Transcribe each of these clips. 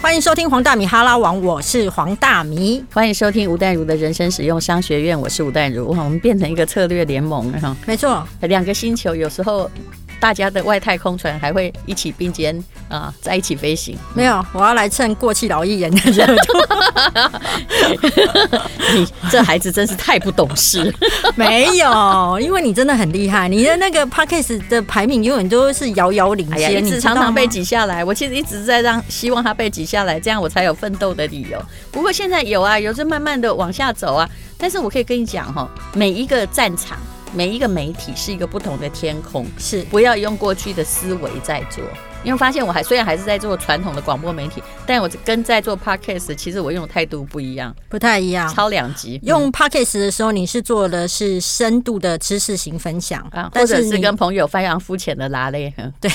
欢迎收听黄大米哈拉王，我是黄大米。 欢迎收听吴淡如的人生使用商学院，我是吴淡如。我们变成一个策略联盟， 没错 ，2个星球有时候大家的外太空船还会一起并肩在一起飞行。 没有，我要来蹭过气老艺人的热度。 你这孩子真是太不懂事。 没有，因为你真的很厉害，你的那个 Podcast 的排名永远都是遥遥领先， 一直常常被挤下来。我其实一直在希望他被挤下来，这样我才有奋斗的理由。不过现在有着慢慢的往下走啊。但是我可以跟你讲每一个战场，每一个媒体是一个不同的天空， 是不要用过去的思维在做。因为发现我虽然还是在做传统的广播媒体，但我跟在做 podcast 其实我用的态度不一样， 不太一样， 超两极。 用 podcast 的时候，你是做的是深度的知识型分享或者是跟朋友非常肤浅的拉类。 对。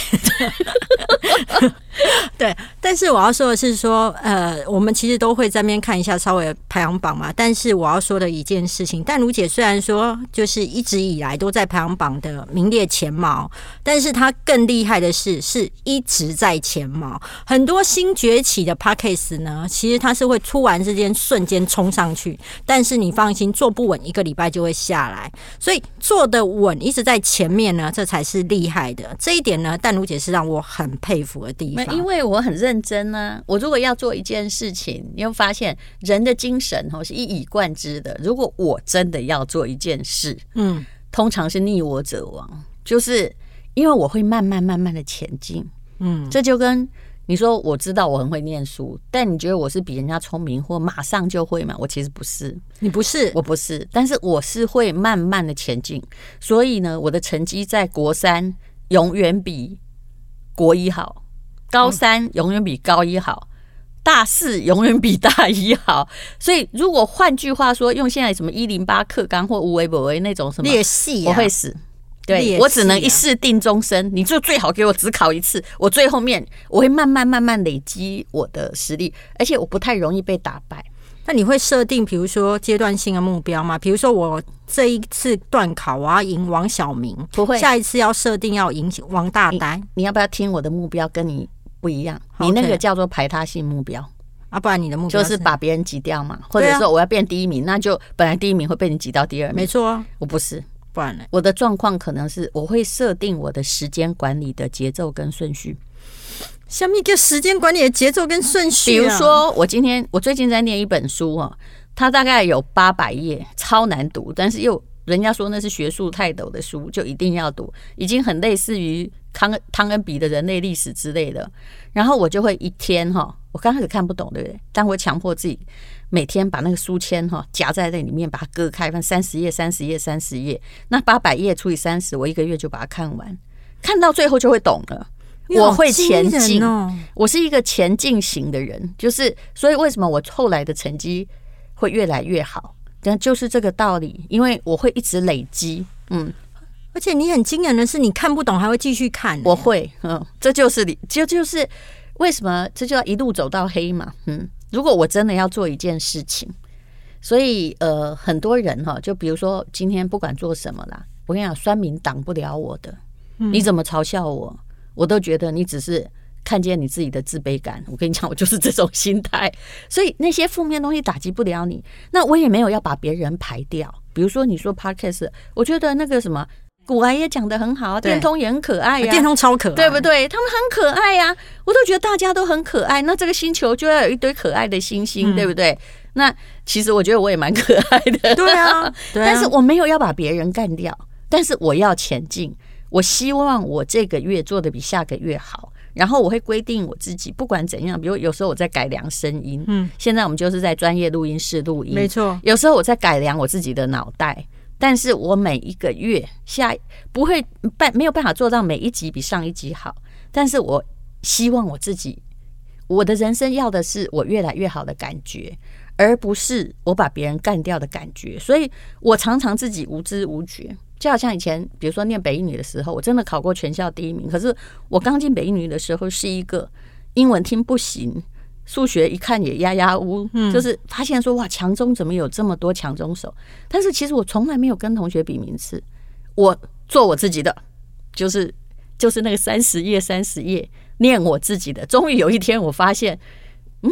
对，但是我要说的是说，我们其实都会在那边看一下稍微排行榜嘛。但是我要说的一件事情，淡如姐虽然说就是一直以来都在排行榜的名列前茅，但是她更厉害的是一直在前茅。很多新崛起的 podcast 呢，其实它是会突然之间瞬间冲上去，但是你放心，做不稳1个礼拜就会下来。所以做得稳，一直在前面呢，这才是厉害的。这一点呢，淡如姐是让我很佩服的地方。 因为我很认真啊，我如果要做一件事情，你会发现人的精神是一以贯之的。如果我真的要做一件事，通常是逆我者亡，就是因为我会慢慢的前进。这就跟你说，我知道我很会念书，但你觉得我是比人家聪明或马上就会吗？我其实不是。 你不是？ 我不是，但是我是会慢慢的前进。所以呢，我的成绩在国3永远比国1好，高3永远比高1好，大4永远比大1好。所以如果换句话说，用现在什么108课纲或无为不为那种什么劣系， 我会死。对，我只能一试定终身，你就最好给我只考1次，我最后面我会慢慢累积我的实力，而且我不太容易被打败。 那你会设定比如说阶段性的目标吗？比如说我这一次段考我要赢王小明， 不会， 下一次要设定要赢王大呆。 你要不要听我的目标跟你不一样？你那个叫做排他性目标不然你的目标就是把别人挤掉嘛，或者说我要变第1名，那就本来第1名会被你挤到第2名。 没错啊， 我不是。 不然呢？ 我的状况可能是我会设定我的时间管理的节奏跟顺序。 什么叫时间管理的节奏跟顺序？ 比如说我最近在念一本书它大概有800页，超难读，但是又人家说那是学术泰斗的书，就一定要读，已经很类似于汤恩比的人类历史之类的。然后我就会一天我刚开始看不懂，对不对？但我强迫自己每天把那个书签夹在那里面，把它割开，翻30页，那800页除以30，我1个月就把它看完，看到最后就会懂了。我会前进，我是一个前进型的人，就是所以为什么我后来的成绩会越来越好，就是这个道理，因为我会一直累积。 而且你很惊人的是，你看不懂还会继续看。 我会，这就是就是为什么这就要一路走到黑嘛。如果我真的要做一件事情，所以很多人就比如说今天不管做什么啦，我跟你讲，酸民挡不了我的。你怎么嘲笑我，我都觉得你只是看见你自己的自卑感。我跟你讲，我就是这种心态，所以那些负面东西打击不了你。那我也没有要把别人排掉。比如说你说 podcast， 我觉得那个什么古玩也讲得很好，电通也很可爱呀， 电通超可爱， 对不对？他们很可爱呀，我都觉得大家都很可爱。那这个星球就要有一堆可爱的星星，对不对？那其实我觉得我也蛮可爱的， 对啊， 但是我没有要把别人干掉，但是我要前进。我希望我这个月做的比下个月好，然后我会规定我自己，不管怎样，比如有时候我在改良声音，现在我们就是在专业录音室录音， 没错。 有时候我在改良我自己的脑袋，但是我每一个月不会没有办法做到每一集比上一集好，但是我希望我自己，我的人生要的是我越来越好的感觉，而不是我把别人干掉的感觉。所以我常常自己无知无觉。就好像以前比如说念北一女的时候，我真的考过全校第1名，可是我刚进北一女的时候是一个英文听不行，数学一看也压压乌，就是发现说哇，强中怎么有这么多强中手？但是其实我从来没有跟同学比名次，我做我自己的，就是那个30页念我自己的。终于有一天我发现，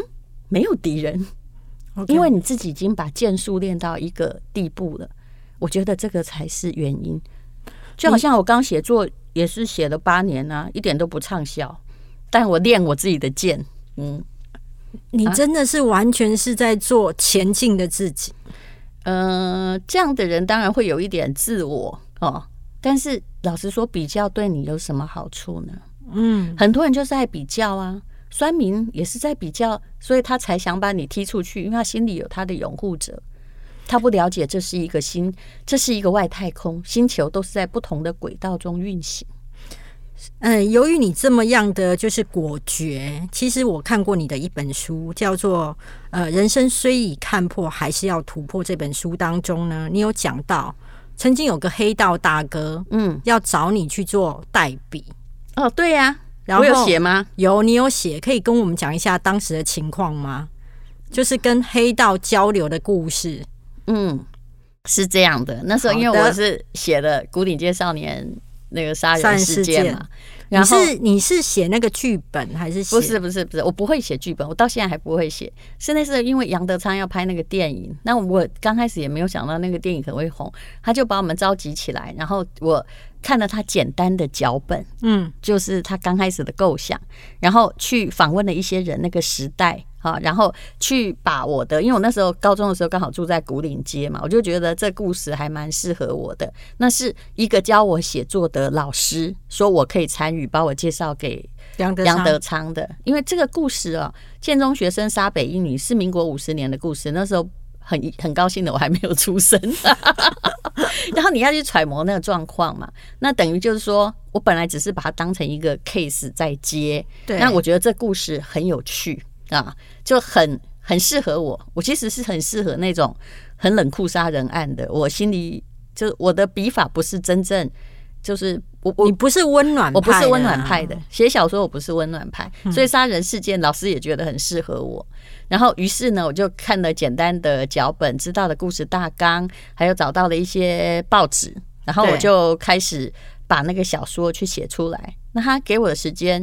没有敌人， OK 因为你自己已经把剑术练到一个地步了。我觉得这个才是原因。就好像我刚写作也是写了8年啊，一点都不畅销，但我练我自己的剑。 你真的是完全是在做前进的自己。 这样的人当然会有一点自我哦，但是老实说，比较对你有什么好处呢？很多人就是在比较啊，酸民也是在比较，所以他才想把你踢出去，因为他心里有他的拥护者。他不了解这是一个外太空，星球都是在不同的轨道中运行。 由于你这么样的就是果决，其实我看过你的一本书，叫做人生虽已看破，还是要突破。这本书当中呢，你有讲到曾经有个黑道大哥，要找你去做代笔。 哦，对呀， 然后我有写吗？ 有，你有写，可以跟我们讲一下当时的情况吗？就是跟黑道交流的故事。 是这样的。那时候因为我是写了《古岭街少年》那个杀人事件嘛，然后你是写那个剧本还是写？ 不是，我不会写剧本，我到现在还不会写。是那时候因为杨德昌要拍那个电影，那我刚开始也没有想到那个电影可能会红，他就把我们召集起来，然后我看了他简单的脚本，就是他刚开始的构想，然后去访问了一些人，那个时代。然后去把我的，因为我那时候高中的时候刚好住在古岭街嘛，我就觉得这故事还蛮适合我的。那是一个教我写作的老师说我可以参与，把我介绍给杨德昌的。因为这个故事啊，建中学生杀北一女是民国50年的故事，那时候很高兴的我还没有出生然后你要去揣摩那个状况嘛，那等于就是说我本来只是把它当成一个 case 在接，那我觉得这故事很有趣啊，就很适合我。我其实是很适合那种很冷酷杀人案的。我心里就我的笔法不是真正就是你不是温暖派的， 我不是温暖派的，写小说我不是温暖派，所以杀人事件老师也觉得很适合我。然后于是呢，我就看了简单的脚本，知道的故事大纲，还有找到了一些报纸，然后我就开始把那个小说去写出来。那他给我的时间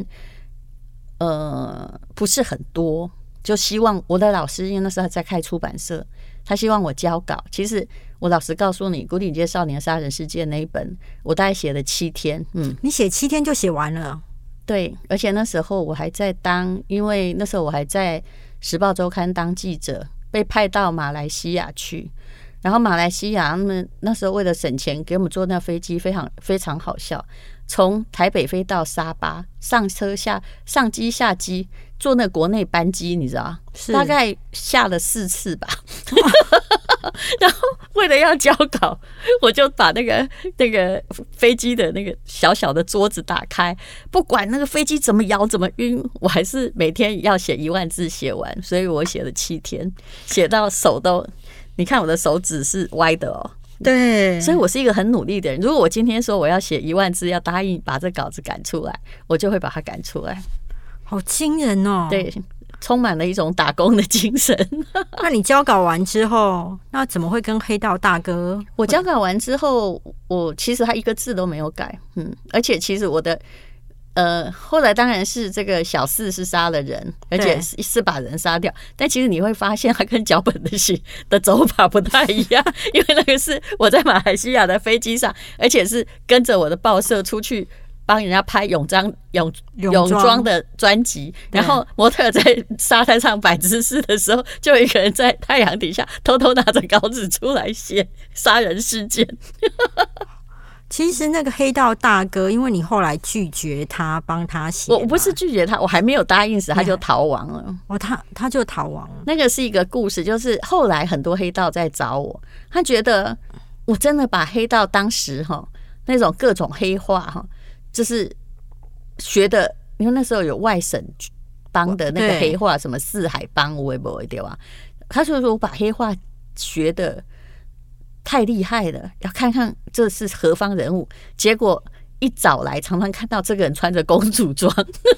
不是很多，就希望我的老师，因为那时候在开出版社，他希望我交稿。其实我老实告诉你，《古岭街少年杀人事件》那一本，我大概写了7天。 你写7天就写完了？ 对，而且那时候我还在因为那时候我还在《时报周刊》当记者，被派到马来西亚去。然后马来西亚他们那时候为了省钱，给我们坐那飞机非常好笑，从台北飞到沙巴，上机下机，坐那国内班机，你知道，大概下了4次吧。然后为了要交稿，我就把那个飞机的那个小小的桌子打开，不管那个飞机怎么摇怎么晕，我还是每天要写1万字写完。所以我写了7天，写到手都，你看我的手指是歪的哦。 对， 所以我是一个很努力的人。如果我今天说我要写1万字，要答应把这稿子赶出来，我就会把它赶出来。 好惊人哦！ 对，充满了一种打工的精神。 那你交稿完之后，那怎么会跟黑道大哥？ 我交稿完之后，我其实他一个字都没有改，而且其实我的后来当然是这个小4是杀了人，而且是把人杀掉，但其实你会发现他跟脚本的走法不太一样，因为那个是我在马来西亚的飞机上，而且是跟着我的报社出去帮人家拍泳装的专辑，然后模特在沙滩上摆姿势的时候，就有一个人在太阳底下偷偷拿着稿纸出来写杀人事件。 其实那个黑道大哥，因为你后来拒绝他帮他写， 我不是拒绝他，我还没有答应时他就逃亡了。 他就逃亡了。 那个是一个故事，就是后来很多黑道在找我，他觉得我真的把黑道当时那种各种黑话就是学的，因为那时候有外省帮的那个黑话，什么四海帮，我也不会对吧？他就说我把黑话学的太厉害了，要看看这是何方人物。结果一早来，常常看到这个人穿着公主装。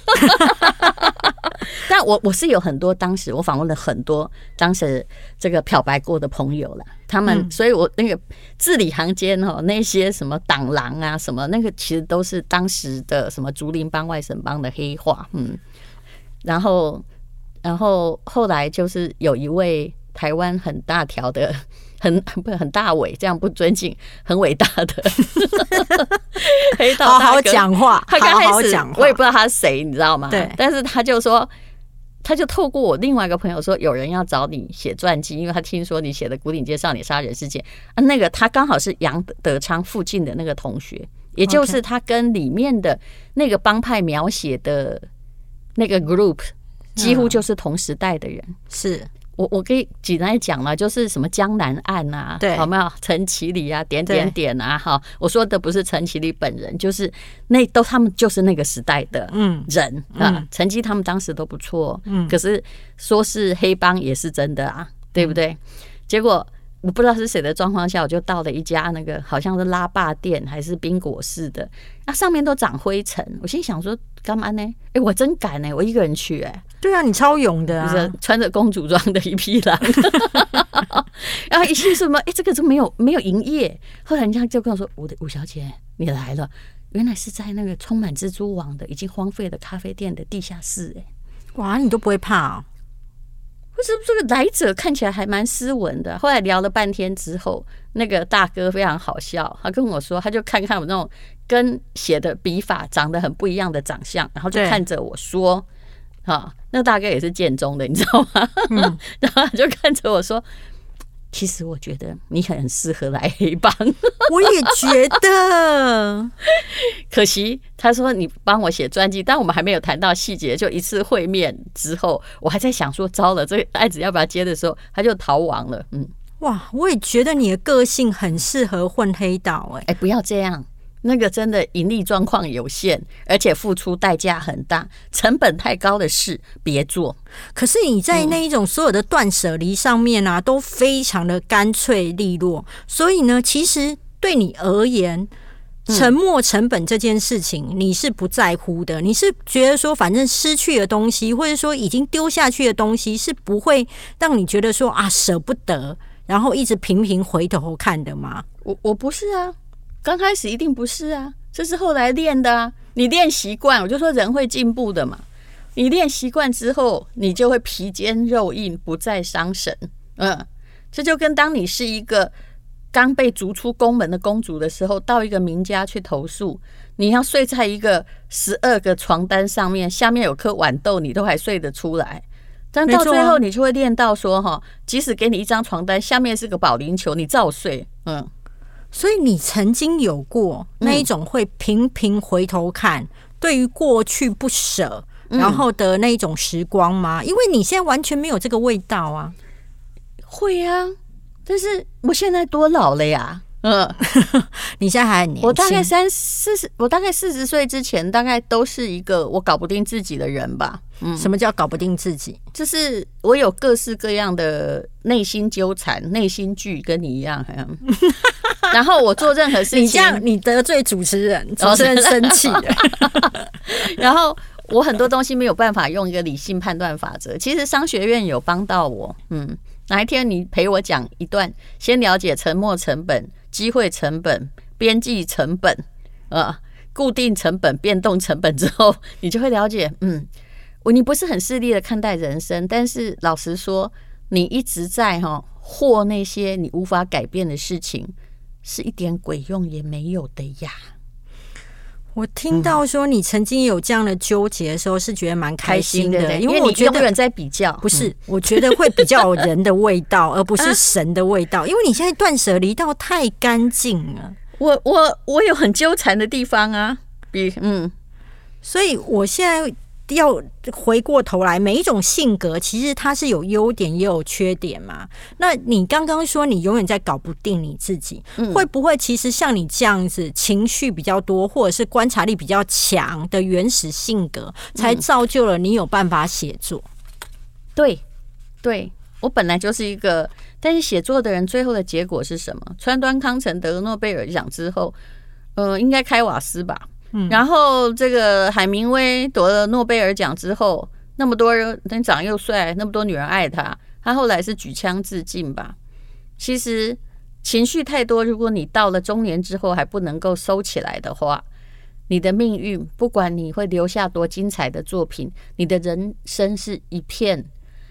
但我是有很多，当时我访问了很多当时这个漂白过的朋友啦，他们，所以我那个字里行间那些什么党狼啊什么，那个其实都是当时的什么竹林帮、外省帮的黑话，然后然后后来就是有一位台湾很大条的很大伟，这样不尊敬，很伟大的黑道大哥， 好好讲话， 他刚开始好好讲话， 我也不知道他是谁，你知道吗？ 对， 但是他就说。他就透过我另外一个朋友说，有人要找你写传记，因为他听说你写的《古岭街少年杀人事件》啊，那个他刚好是杨德昌附近的那个同学，也就是他跟里面的那个帮派描写的那个 group 几乎就是同时代的人。 是我可以简单讲了，就是什么江南案啊， 对， 有没有陈其礼啊，点点点啊，哈，我说的不是陈其礼本人，就是他们就是那个时代的人啊，成绩他们当时都不错，可是说是黑帮也是真的啊，对不对？结果我不知道是谁的状况下，我就到了一家那个好像是拉霸店还是冰果室的，那上面都长灰尘，我心想说干嘛呢？我真敢我一个人去对啊，你超勇的啊， 就是穿着公主装的一匹狼，然后一些什么，这个就没有营业。后来人家就跟我说：“吴小姐，你来了，原来是在那个充满蜘蛛网的、已经荒废的咖啡店的地下室。” 哇，你都不会怕哦？ 不是，这个来者看起来还蛮斯文的。后来聊了半天之后，那个大哥非常好笑，他跟我说，他就看看我那种跟写的笔法长得很不一样的长相，然后就看着我说。那大概也是建中的，你知道吗？然后他就看着我说：“其实我觉得你很适合来黑帮。” 我也觉得， 可惜他说你帮我写传记，但我们还没有谈到细节。就一次会面之后，我还在想说，糟了，这个案子要不要接的时候，他就逃亡了。 哇，我也觉得你的个性很适合混黑道。 不要这样。那个真的盈利状况有限，而且付出代价很大，成本太高的事别做。 可是你在那一种所有的断舍离上面啊，都非常的干脆利落。所以呢，其实对你而言，沉没成本这件事情你是不在乎的，你是觉得说反正失去的东西，或者说已经丢下去的东西，是不会让你觉得说啊舍不得，然后一直频频回头看的吗？ 我不是啊。刚开始一定不是啊，这是后来练的啊。你练习惯，我就说人会进步的嘛。你练习惯之后，你就会皮坚肉硬，不再伤神。这就跟当你是一个刚被逐出宫门的公主的时候，到一个名家去投诉，你要睡在一个12个床单上面，下面有颗豌豆，你都还睡得出来。但到最后，你就会练到说，即使给你一张床单，下面是个保龄球，你照睡。 所以你曾经有过那一种会频频回头看，对于过去不舍，然后的那一种时光吗？因为你现在完全没有这个味道啊。 会啊，但是我现在多老了呀。 你现在还很年轻。 我大概40岁之前，大概都是一个我搞不定自己的人吧。 什么叫搞不定自己？ 就是我有各式各样的内心纠缠、内心剧，跟你一样。然后我做任何事情， 你这样你得罪主持人，主持人生气了。 然后我很多东西没有办法用一个理性判断法则。其实商学院有帮到我。哪一天你陪我讲一段，先了解沉没成本、机会成本、边际成本、固定成本、变动成本之后，你就会了解，你不是很势利的看待人生，但是老实说，你一直在和那些你无法改变的事情，是一点鬼用也没有的呀。 我听到说你曾经有这样的纠结的时候，是觉得蛮开心的， 因为我觉得永远在比较。 不是，我觉得会比较有人的味道，而不是神的味道。因为你现在断舍离到太干净了。 我有很纠缠的地方啊， 所以我现在要回过头来，每一种性格其实它是有优点也有缺点嘛。那你刚刚说你永远在搞不定你自己，会不会其实像你这样子情绪比较多，或者是观察力比较强的原始性格，才造就了你有办法写作？ 对，我本来就是一个，但是写作的人最后的结果是什么？川端康成得了诺贝尔奖之后，应该开瓦斯吧。然后这个海明威夺了诺贝尔奖之后，那么多人长又帅，那么多女人爱他，他后来是举枪自尽吧。其实情绪太多，如果你到了中年之后还不能够收起来的话， 你的命运，不管你会留下多精彩的作品，你的人生是一片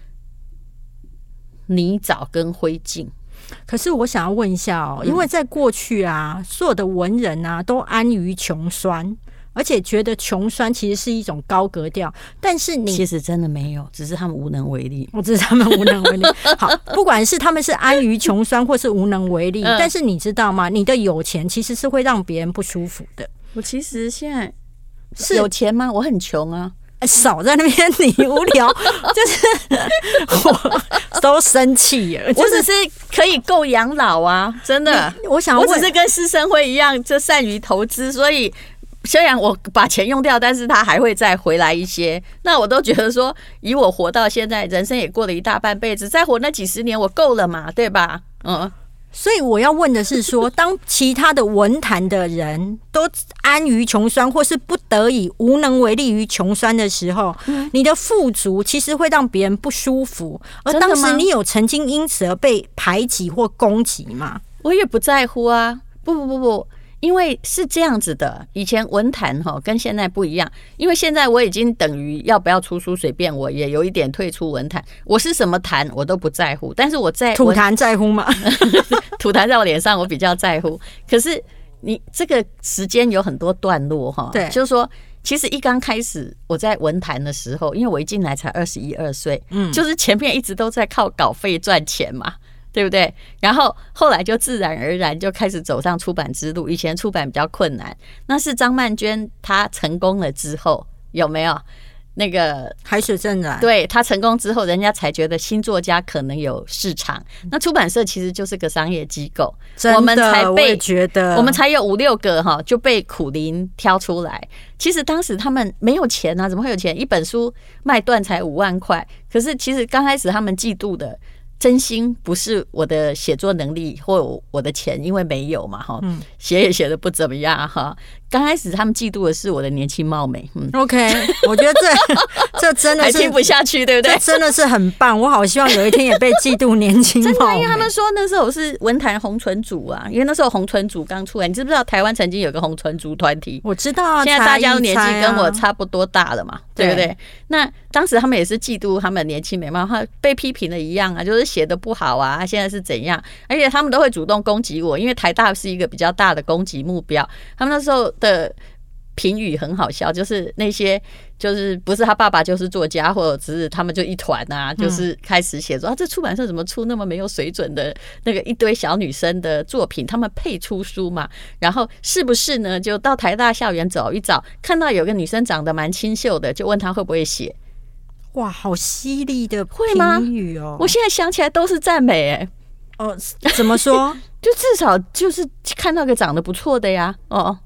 泥沼跟灰烬。 可是我想要问一下哦，因为在过去啊，所有的文人啊都安于穷酸，而且觉得穷酸其实是一种高格调，但是你其实真的没有，只是他们无能为力。 我知道他们无能为力。好，不管是他们是安于穷酸或是无能为力，但是你知道吗？你的有钱其实是会让别人不舒服的。 我其实现在是有钱吗？我很穷啊。 少在那边，你无聊，就是我都生气了。 我只是可以够养老啊，真的。 我想， 我只是跟施生辉一样，就善于投资，所以虽然我把钱用掉，但是他还会再回来一些。那我都觉得说，以我活到现在，人生也过了一大半辈子，再活那几十年，我够了嘛，对吧？ 所以我要问的是说，当其他的文坛的人都安于穷酸，或是不得已无能为力于穷酸的时候，你的富足其实会让别人不舒服。而当时你有曾经因此而被排挤或攻击吗？ 我也不在乎啊，不。因为是这样子的，以前文坛跟现在不一样，因为现在我已经等于要不要出书随便我，也有一点退出文坛，我是什么坛我都不在乎，但是我在吐痰在乎吗？ 吐痰在我脸上我比较在乎，可是你这个时间有很多段落对，就是说其实一刚开始我在文坛的时候，因为我一进来才21、22岁，就是前面一直都在靠稿费赚钱嘛，对不对？然后后来就自然而然就开始走上出版之路。以前出版比较困难，那是张曼娟她成功了之后，有没有那个海水正蓝？ 对，她成功之后，人家才觉得新作家可能有市场。那出版社其实就是个商业机构，我们才被， 我也觉得我们才有5、6个就被苦苓挑出来。其实当时他们没有钱啊，怎么会有钱？一本书卖断才5万块，可是其实刚开始他们嫉妒的。真心不是我的写作能力或我的钱，因为没有嘛写也写得不怎么样刚开始他们嫉妒的是我的年轻貌美。 OK， 我觉得这真的是还听不下去，对不对？ 这真的是很棒，我好希望有一天也被嫉妒年轻貌美。 真的，因为他们说那时候我是文坛红唇族啊，因为那时候红唇族刚出来，你知不知道台湾曾经有个红唇族团体？ 我知道啊， 现在大家都年纪跟我差不多大了嘛，对不对？那当时他们也是嫉妒他们年轻美貌，他被批评的一样啊，就是写的不好啊，现在是怎样？而且他们都会主动攻击我，因为台大是一个比较大的攻击目标。他们那时候的评语很好笑，就是那些就是不是他爸爸就是作家，或者是他们就一团啊，就是开始写说这出版社怎么出那么没有水准的那个一堆小女生的作品，他们配出书嘛？然后是不是呢？就到台大校园找一找，看到有个女生长得蛮清秀的，就问她会不会写。 哇，好犀利的评语哦！ 我现在想起来都是赞美怎么说？ 就至少就是看到个长得不错的呀。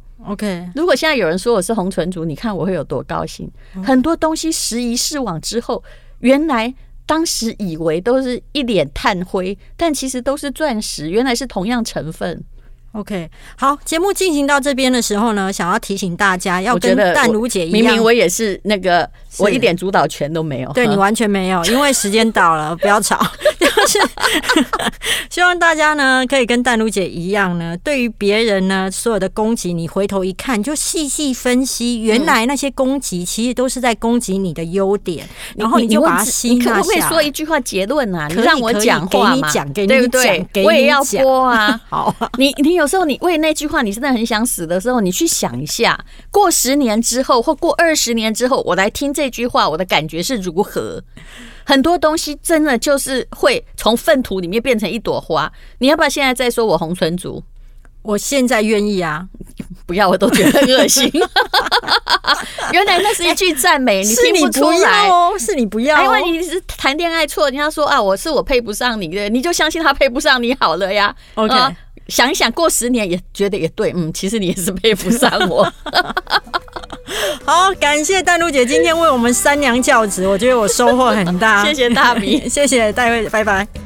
OK， 如果现在有人说我是红唇族，你看我会有多高兴。很多东西时移世往之后，原来当时以为都是一脸炭灰，但其实都是钻石，原来是同样成分。 OK， 好，节目进行到这边的时候呢，想要提醒大家要跟淡如姐一样， 明明我也是那个，我一点主导权都没有。 对，你完全没有，因为时间到了，不要吵。就是希望大家呢可以跟淡如姐一样呢，对于别人呢所有的攻击，你回头一看，就细细分析，原来那些攻击其实都是在攻击你的优点，然后你就把它吸纳下来。 你可不可以说一句话结论啊？你让我讲话嘛，对不对？我也要播啊。 好啊， 你有时候你为那句话你真的很想死的时候，你去想一下，过10年之后或过20年之后，我来听这句话，我的感觉是如何？很多东西真的就是会从粪土里面变成一朵花。你要不要现在再说我红唇族？ 我现在愿意啊！ 不要，我都觉得恶心。原来那是一句赞美，你听不出来哦，是你不要哦， 因为你是谈恋爱错，人家说啊，我配不上你的，你就相信他配不上你好了呀。 OK， 想一想，过10年也觉得也对，其实你也是配不上我。 好，感谢淡如姐今天为我们三娘教子，我觉得我收获很大。 谢谢大米， 谢谢戴慧，拜拜。